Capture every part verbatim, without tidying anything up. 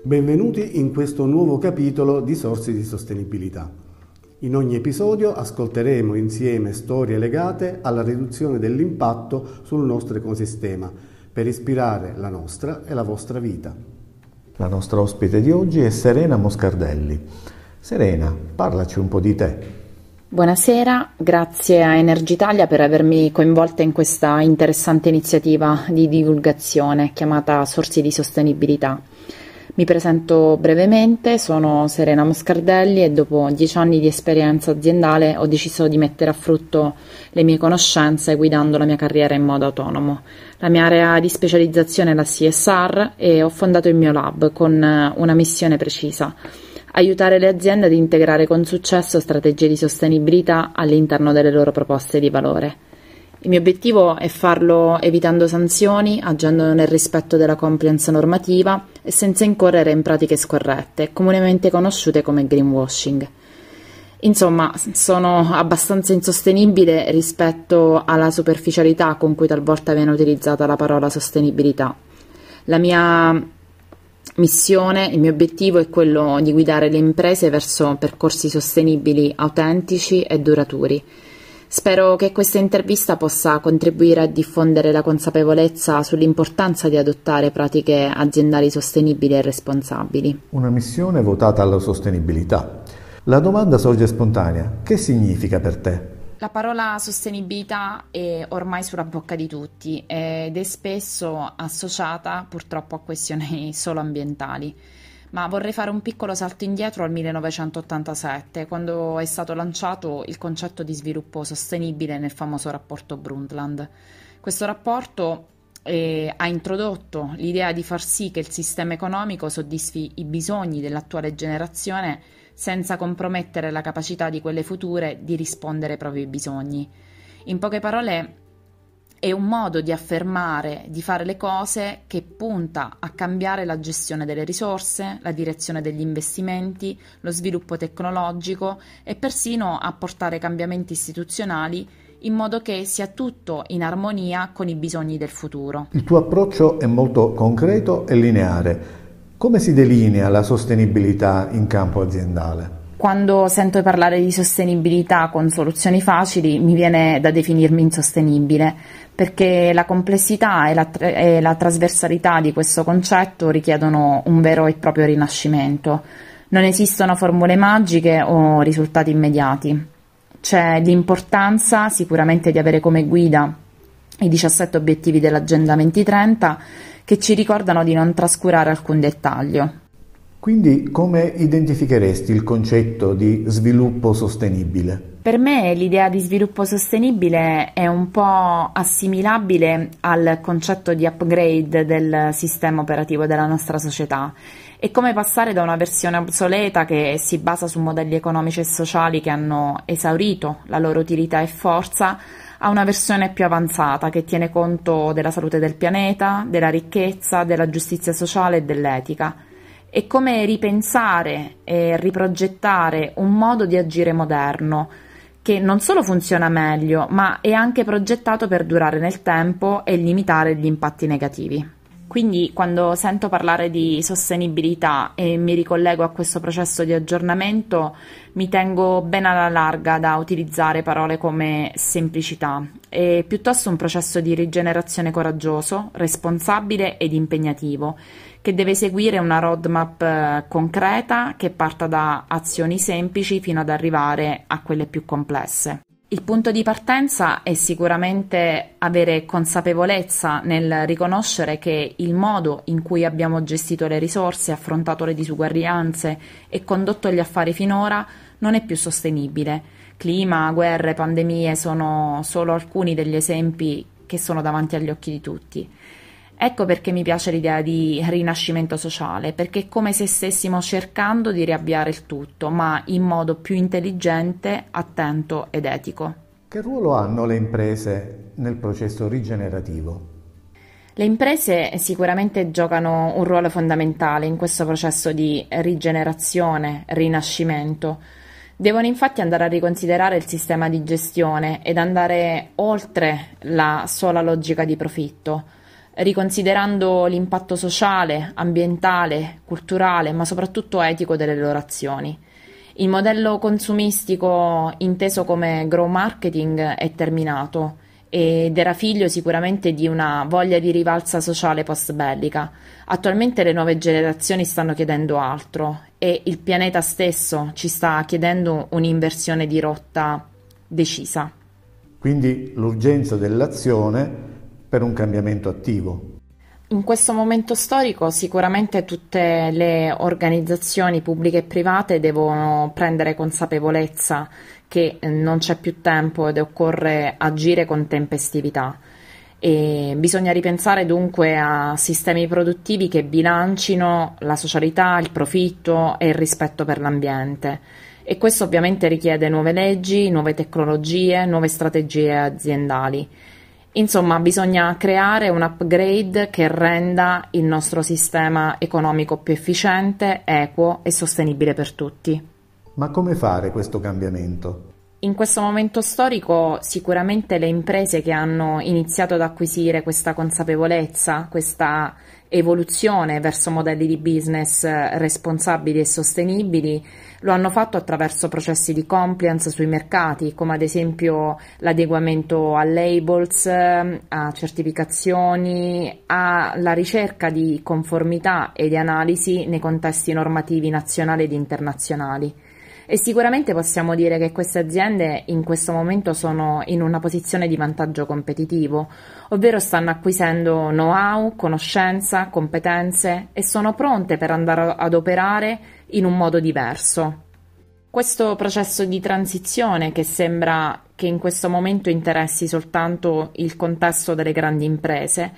Benvenuti in questo nuovo capitolo di Sorsi di Sostenibilità. In ogni episodio ascolteremo insieme storie legate alla riduzione dell'impatto sul nostro ecosistema per ispirare la nostra e la vostra vita. La nostra ospite di oggi è Serena Moscardelli. Serena, parlaci un po' di te. Buonasera, grazie a Energitalia per avermi coinvolta in questa interessante iniziativa di divulgazione chiamata Sorsi di Sostenibilità. Mi presento brevemente, sono Serena Moscardelli e dopo dieci anni di esperienza aziendale ho deciso di mettere a frutto le mie conoscenze guidando la mia carriera in modo autonomo. La mia area di specializzazione è la C S R e ho fondato il mio lab con una missione precisa: aiutare le aziende ad integrare con successo strategie di sostenibilità all'interno delle loro proposte di valore. Il mio obiettivo è farlo evitando sanzioni, agendo nel rispetto della compliance normativa e senza incorrere in pratiche scorrette, comunemente conosciute come greenwashing. Insomma, sono abbastanza insostenibile rispetto alla superficialità con cui talvolta viene utilizzata la parola sostenibilità. La mia missione, il mio obiettivo è quello di guidare le imprese verso percorsi sostenibili, autentici e duraturi. Spero che questa intervista possa contribuire a diffondere la consapevolezza sull'importanza di adottare pratiche aziendali sostenibili e responsabili. Una missione votata alla sostenibilità. La domanda sorge spontanea: che significa per te? La parola sostenibilità è ormai sulla bocca di tutti ed è spesso associata purtroppo a questioni solo ambientali. Ma vorrei fare un piccolo salto indietro al millenovecentottantasette, quando è stato lanciato il concetto di sviluppo sostenibile nel famoso rapporto Brundtland. Questo rapporto eh, ha introdotto l'idea di far sì che il sistema economico soddisfi i bisogni dell'attuale generazione senza compromettere la capacità di quelle future di rispondere ai propri bisogni. In poche parole, è un modo di affermare, di fare le cose che punta a cambiare la gestione delle risorse, la direzione degli investimenti, lo sviluppo tecnologico e persino a portare cambiamenti istituzionali in modo che sia tutto in armonia con i bisogni del futuro. Il tuo approccio è molto concreto e lineare. Come si delinea la sostenibilità in campo aziendale? Quando sento parlare di sostenibilità con soluzioni facili mi viene da definirmi insostenibile, perché la complessità e la, tra- e la trasversalità di questo concetto richiedono un vero e proprio rinascimento. Non esistono formule magiche o risultati immediati. C'è l'importanza sicuramente di avere come guida i diciassette obiettivi dell'Agenda duemilatrenta che ci ricordano di non trascurare alcun dettaglio. Quindi come identificheresti il concetto di sviluppo sostenibile? Per me l'idea di sviluppo sostenibile è un po' assimilabile al concetto di upgrade del sistema operativo della nostra società. È come passare da una versione obsoleta che si basa su modelli economici e sociali che hanno esaurito la loro utilità e forza a una versione più avanzata che tiene conto della salute del pianeta, della ricchezza, della giustizia sociale e dell'etica. È come ripensare e riprogettare un modo di agire moderno che non solo funziona meglio, ma è anche progettato per durare nel tempo e limitare gli impatti negativi. Quindi quando sento parlare di sostenibilità e mi ricollego a questo processo di aggiornamento, mi tengo ben alla larga da utilizzare parole come semplicità. È piuttosto un processo di rigenerazione coraggioso, responsabile ed impegnativo, che deve seguire una roadmap eh, concreta che parta da azioni semplici fino ad arrivare a quelle più complesse. Il punto di partenza è sicuramente avere consapevolezza nel riconoscere che il modo in cui abbiamo gestito le risorse, affrontato le disuguaglianze e condotto gli affari finora non è più sostenibile. Clima, guerre, pandemie sono solo alcuni degli esempi che sono davanti agli occhi di tutti. Ecco perché mi piace l'idea di rinascimento sociale, perché è come se stessimo cercando di riavviare il tutto, ma in modo più intelligente, attento ed etico. Che ruolo hanno le imprese nel processo rigenerativo? Le imprese sicuramente giocano un ruolo fondamentale in questo processo di rigenerazione, rinascimento. Devono infatti andare a riconsiderare il sistema di gestione ed andare oltre la sola logica di profitto. riconsiderando l'impatto sociale, ambientale, culturale, ma soprattutto etico delle loro azioni. Il modello consumistico inteso come grow marketing è terminato ed era figlio sicuramente di una voglia di rivalsa sociale post-bellica. Attualmente le nuove generazioni stanno chiedendo altro e il pianeta stesso ci sta chiedendo un'inversione di rotta decisa. Quindi l'urgenza dell'azione per un cambiamento attivo. In questo momento storico sicuramente tutte le organizzazioni pubbliche e private devono prendere consapevolezza che non c'è più tempo ed occorre agire con tempestività. E bisogna ripensare dunque a sistemi produttivi che bilancino la socialità, il profitto e il rispetto per l'ambiente. E questo ovviamente richiede nuove leggi, nuove tecnologie, nuove strategie aziendali. Insomma, bisogna creare un upgrade che renda il nostro sistema economico più efficiente, equo e sostenibile per tutti. Ma come fare questo cambiamento? In questo momento storico sicuramente le imprese che hanno iniziato ad acquisire questa consapevolezza, questa evoluzione verso modelli di business responsabili e sostenibili, lo hanno fatto attraverso processi di compliance sui mercati, come ad esempio l'adeguamento a labels, a certificazioni, alla ricerca di conformità e di analisi nei contesti normativi nazionali ed internazionali. E sicuramente possiamo dire che queste aziende in questo momento sono in una posizione di vantaggio competitivo, ovvero stanno acquisendo know-how, conoscenza, competenze e sono pronte per andare ad operare in un modo diverso. Questo processo di transizione, che sembra che in questo momento interessi soltanto il contesto delle grandi imprese,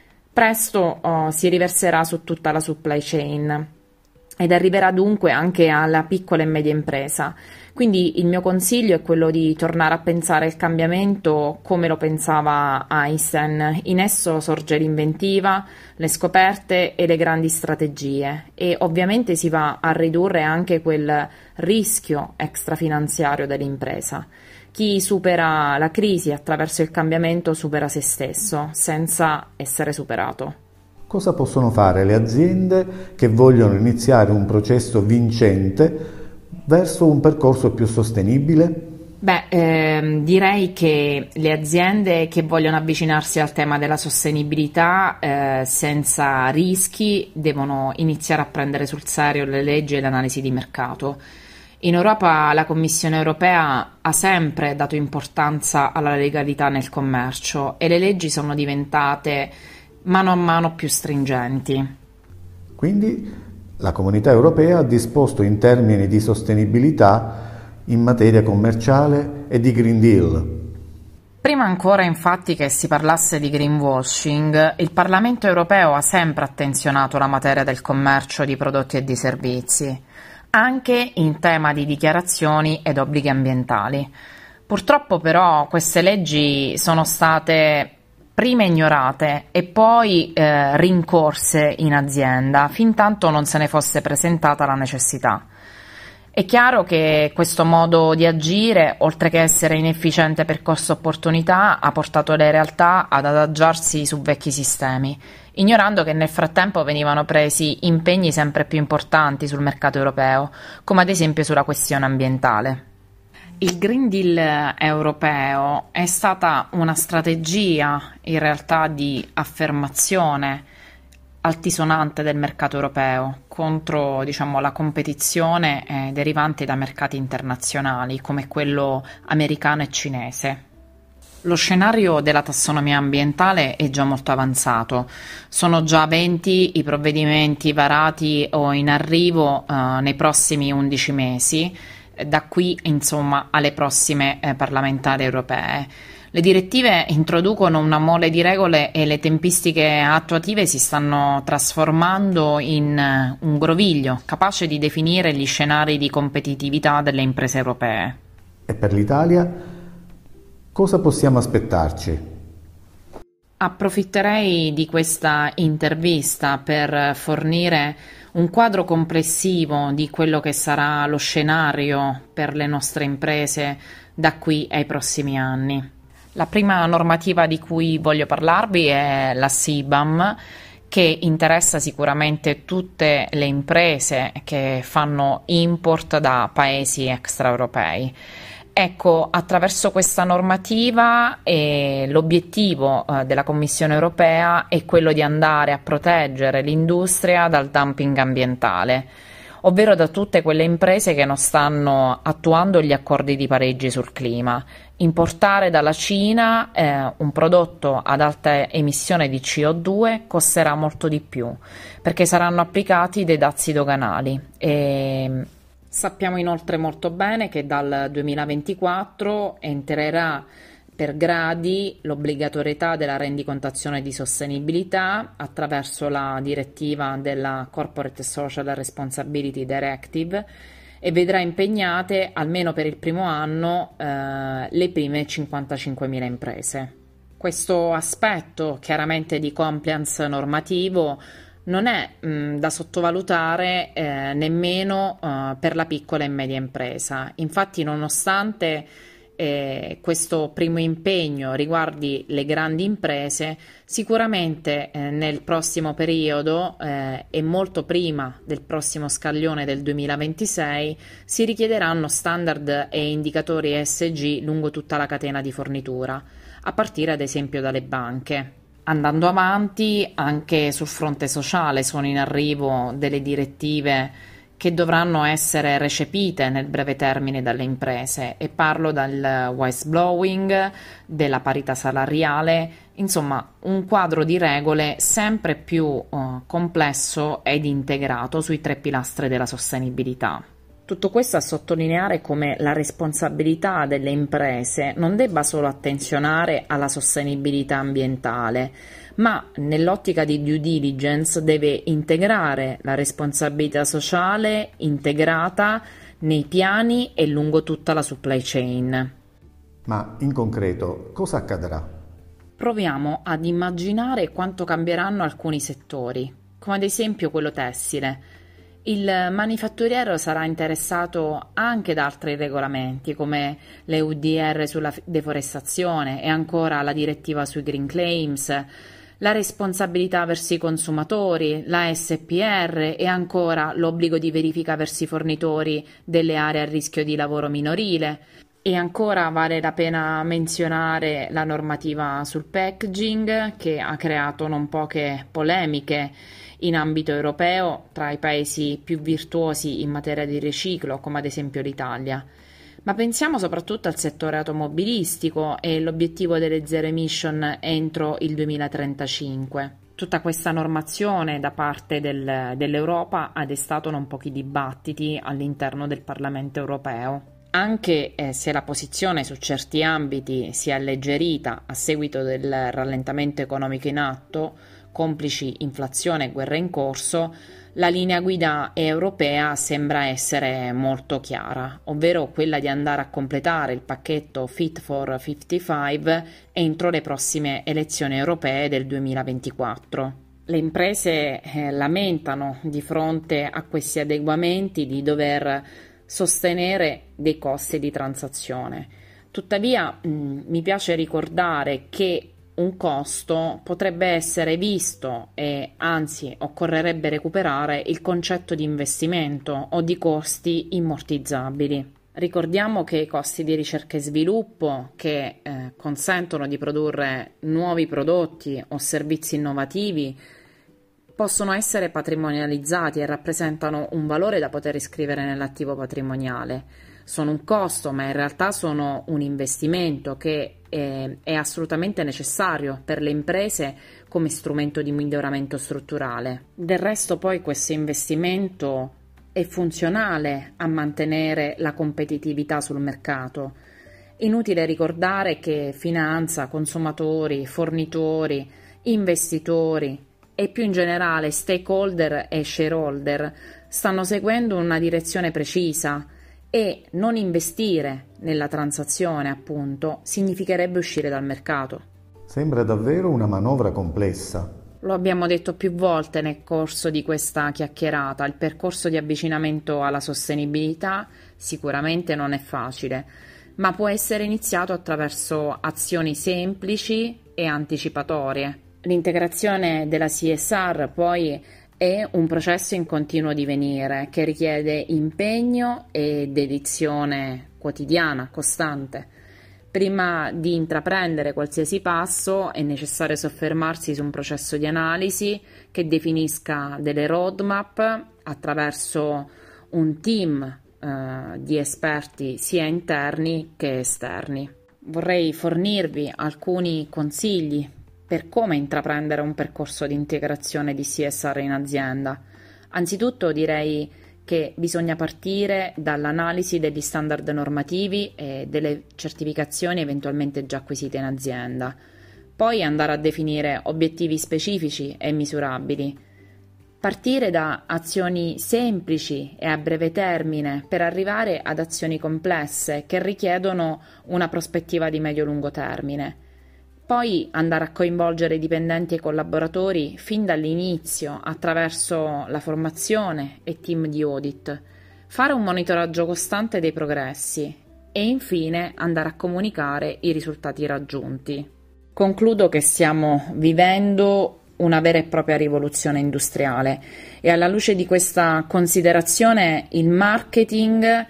presto oh, si riverserà su tutta la supply chain ed arriverà dunque anche alla piccola e media impresa. Quindi il mio consiglio è quello di tornare a pensare il cambiamento come lo pensava Einstein. In esso sorge l'inventiva, le scoperte e le grandi strategie, e ovviamente si va a ridurre anche quel rischio extrafinanziario dell'impresa. Chi supera la crisi attraverso il cambiamento supera se stesso, senza essere superato. Cosa possono fare le aziende che vogliono iniziare un processo vincente verso un percorso più sostenibile? Beh, ehm, direi che le aziende che vogliono avvicinarsi al tema della sostenibilità eh, senza rischi devono iniziare a prendere sul serio le leggi e l'analisi di mercato. In Europa la Commissione europea ha sempre dato importanza alla legalità nel commercio e le leggi sono diventate mano a mano più stringenti. Quindi la Comunità Europea ha disposto in termini di sostenibilità in materia commerciale e di Green Deal. Prima ancora infatti che si parlasse di greenwashing, il Parlamento Europeo ha sempre attenzionato la materia del commercio di prodotti e di servizi, anche in tema di dichiarazioni ed obblighi ambientali. Purtroppo però queste leggi sono state prima ignorate e poi eh, rincorse in azienda, fintanto non se ne fosse presentata la necessità. È chiaro che questo modo di agire, oltre che essere inefficiente per costo-opportunità, ha portato le realtà ad adagiarsi su vecchi sistemi, ignorando che nel frattempo venivano presi impegni sempre più importanti sul mercato europeo, come ad esempio sulla questione ambientale. Il Green Deal europeo è stata una strategia in realtà di affermazione altisonante del mercato europeo contro, diciamo, la competizione eh, derivante da mercati internazionali come quello americano e cinese. Lo scenario della tassonomia ambientale è già molto avanzato, sono già venti i provvedimenti varati o in arrivo eh, nei prossimi undici mesi, da qui insomma alle prossime eh, parlamentari europee. Le direttive introducono una mole di regole e le tempistiche attuative si stanno trasformando in un groviglio capace di definire gli scenari di competitività delle imprese europee. E per l'Italia cosa possiamo aspettarci? Approfitterei di questa intervista per fornire un quadro complessivo di quello che sarà lo scenario per le nostre imprese da qui ai prossimi anni. La prima normativa di cui voglio parlarvi è la C B A M, che interessa sicuramente tutte le imprese che fanno import da paesi extraeuropei. Ecco, attraverso questa normativa eh, l'obiettivo eh, della Commissione europea è quello di andare a proteggere l'industria dal dumping ambientale, ovvero da tutte quelle imprese che non stanno attuando gli accordi di Parigi sul clima. Importare dalla Cina eh, un prodotto ad alta emissione di C O due costerà molto di più, perché saranno applicati dei dazi doganali. E sappiamo inoltre molto bene che dal duemilaventiquattro entrerà per gradi l'obbligatorietà della rendicontazione di sostenibilità attraverso la direttiva della Corporate Social Responsibility Directive e vedrà impegnate almeno per il primo anno eh, le prime cinquantacinquemila imprese. Questo aspetto chiaramente di compliance normativo non è mh, da sottovalutare eh, nemmeno eh, per la piccola e media impresa. Infatti, nonostante eh, questo primo impegno riguardi le grandi imprese, sicuramente eh, nel prossimo periodo eh, e molto prima del prossimo scaglione del duemilaventisei si richiederanno standard e indicatori E S G lungo tutta la catena di fornitura, a partire ad esempio dalle banche. Andando avanti, anche sul fronte sociale sono in arrivo delle direttive che dovranno essere recepite nel breve termine dalle imprese, e parlo del whistleblowing, della parità salariale, insomma un quadro di regole sempre più uh, complesso ed integrato sui tre pilastri della sostenibilità. Tutto questo a sottolineare come la responsabilità delle imprese non debba solo attenzionare alla sostenibilità ambientale, ma nell'ottica di due diligence deve integrare la responsabilità sociale integrata nei piani e lungo tutta la supply chain. Ma in concreto cosa accadrà? Proviamo ad immaginare quanto cambieranno alcuni settori, come ad esempio quello tessile. Il manifatturiero sarà interessato anche da altri regolamenti come le U D R sulla deforestazione e ancora la direttiva sui green claims, la responsabilità verso i consumatori, la S P R e ancora l'obbligo di verifica verso i fornitori delle aree a rischio di lavoro minorile. E ancora vale la pena menzionare la normativa sul packaging, che ha creato non poche polemiche in ambito europeo tra i paesi più virtuosi in materia di riciclo, come ad esempio l'Italia. Ma pensiamo soprattutto al settore automobilistico e l'obiettivo delle zero emission entro il duemilatrentacinque. Tutta questa normazione da parte del, dell'Europa ha destato non pochi dibattiti all'interno del Parlamento europeo. Anche eh, se la posizione su certi ambiti si è alleggerita a seguito del rallentamento economico in atto, complici inflazione e guerra in corso, la linea guida europea sembra essere molto chiara, ovvero quella di andare a completare il pacchetto Fit for cinquantacinque entro le prossime elezioni europee del duemilaventiquattro. Le imprese eh, lamentano di fronte a questi adeguamenti di dover sostenere dei costi di transazione. Tuttavia mh, mi piace ricordare che un costo potrebbe essere visto e anzi occorrerebbe recuperare il concetto di investimento o di costi immortizzabili. Ricordiamo che i costi di ricerca e sviluppo che eh, consentono di produrre nuovi prodotti o servizi innovativi possono essere patrimonializzati e rappresentano un valore da poter iscrivere nell'attivo patrimoniale. Sono un costo, ma in realtà sono un investimento che è, è assolutamente necessario per le imprese come strumento di miglioramento strutturale. Del resto poi questo investimento è funzionale a mantenere la competitività sul mercato. Inutile ricordare che finanza, consumatori, fornitori, investitori e più in generale stakeholder e shareholder stanno seguendo una direzione precisa, e non investire nella transazione, appunto, significherebbe uscire dal mercato. Sembra davvero una manovra complessa. Lo abbiamo detto più volte nel corso di questa chiacchierata, il percorso di avvicinamento alla sostenibilità sicuramente non è facile. ma può essere iniziato attraverso azioni semplici e anticipatorie. L'integrazione della C S R poi è un processo in continuo divenire che richiede impegno e dedizione quotidiana, costante. Prima di intraprendere qualsiasi passo è necessario soffermarsi su un processo di analisi che definisca delle roadmap attraverso un team eh, di esperti sia interni che esterni. Vorrei fornirvi alcuni consigli per come intraprendere un percorso di integrazione di C S R in azienda. Anzitutto direi che bisogna partire dall'analisi degli standard normativi e delle certificazioni eventualmente già acquisite in azienda. Poi andare a definire obiettivi specifici e misurabili. Partire da azioni semplici e a breve termine per arrivare ad azioni complesse che richiedono una prospettiva di medio-lungo termine. Poi andare a coinvolgere i dipendenti e i collaboratori fin dall'inizio attraverso la formazione e team di audit, fare un monitoraggio costante dei progressi e infine andare a comunicare i risultati raggiunti. Concludo che stiamo vivendo una vera e propria rivoluzione industriale e alla luce di questa considerazione il marketing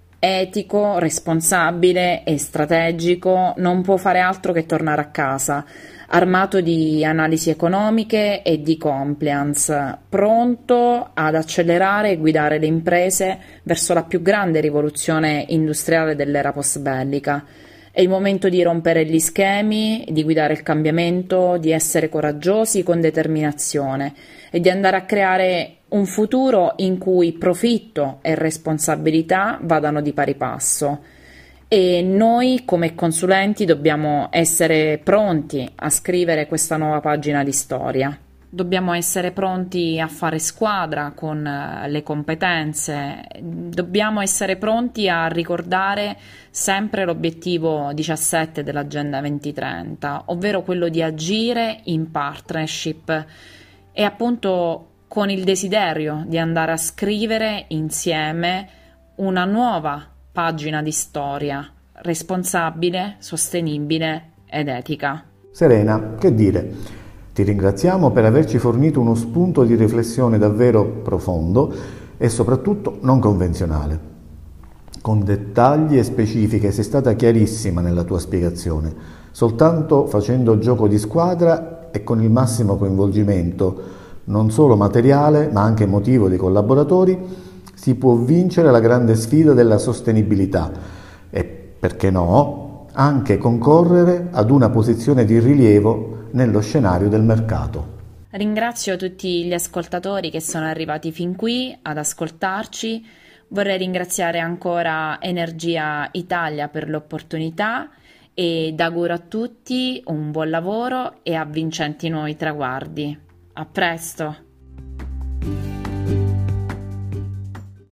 etico, responsabile e strategico non può fare altro che tornare a casa, armato di analisi economiche e di compliance, pronto ad accelerare e guidare le imprese verso la più grande rivoluzione industriale dell'era post-bellica. È il momento di rompere gli schemi, di guidare il cambiamento, di essere coraggiosi con determinazione e di andare a creare un futuro in cui profitto e responsabilità vadano di pari passo. E noi come consulenti dobbiamo essere pronti a scrivere questa nuova pagina di storia. Dobbiamo essere pronti a fare squadra con le competenze, dobbiamo essere pronti a ricordare sempre l'obiettivo diciassette dell'Agenda duemilatrenta, ovvero quello di agire in partnership e appunto con il desiderio di andare a scrivere insieme una nuova pagina di storia, responsabile, sostenibile ed etica. Serena, che dire? Ti ringraziamo per averci fornito uno spunto di riflessione davvero profondo e soprattutto non convenzionale. Con dettagli e specifiche sei stata chiarissima nella tua spiegazione. Soltanto facendo gioco di squadra e con il massimo coinvolgimento, non solo materiale ma anche emotivo dei collaboratori, si può vincere la grande sfida della sostenibilità e, perché no, anche concorrere ad una posizione di rilievo nello scenario del mercato. Ringrazio tutti gli ascoltatori che sono arrivati fin qui ad ascoltarci. Vorrei ringraziare ancora Energia Italia per l'opportunità ed auguro a tutti un buon lavoro e a vincenti nuovi traguardi. A presto!